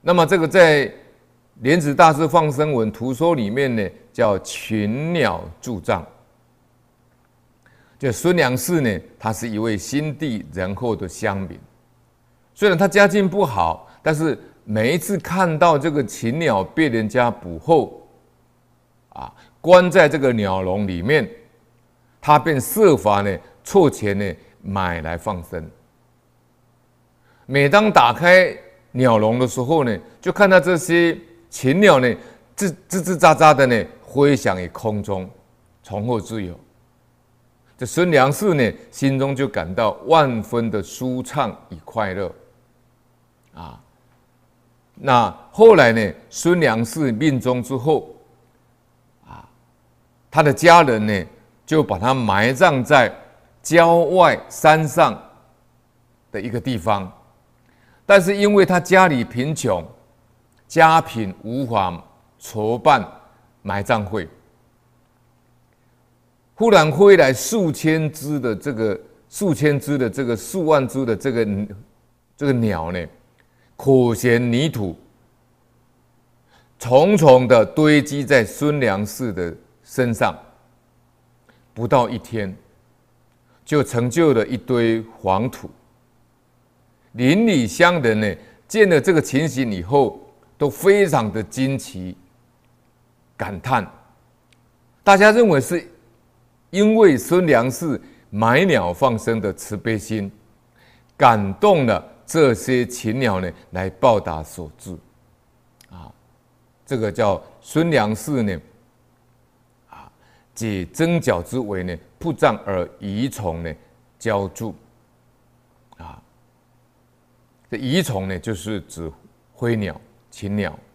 那么这个在《莲池大师放生文图说》里面呢，叫群鸟助障。就孙良士呢，他是一位心地仁厚的乡民，虽然他家境不好，但是每一次看到这个禽鸟被人家捕后，关在这个鸟笼里面，他便设法呢凑钱呢买来放生。每当打开鸟笼的时候呢，就看到这些禽鸟呢吱吱喳喳的呢飞翔于空中，重获自由。这孙良士呢，心中就感到万分的舒畅与快乐，那后来呢，孙良士命终之后，他的家人呢，就把他埋葬在郊外山上的一个地方，但是因为他家里贫穷，家贫无法筹办埋葬会。忽然飞来数千只的这个数万只的这个鸟呢，口衔泥土，重重的堆积在孙良士的身上，不到一天，就成就了一堆黄土。邻里乡人呢，见了这个情形以后，都非常的惊奇，感叹，大家认为是因为孙良士买鸟放生的慈悲心，感动了这些禽鸟呢，来报答所致。这个叫孙良士呢，解征角之围呢，铺障而宜从呢交助。这宜从呢，就是指灰鸟、禽鸟。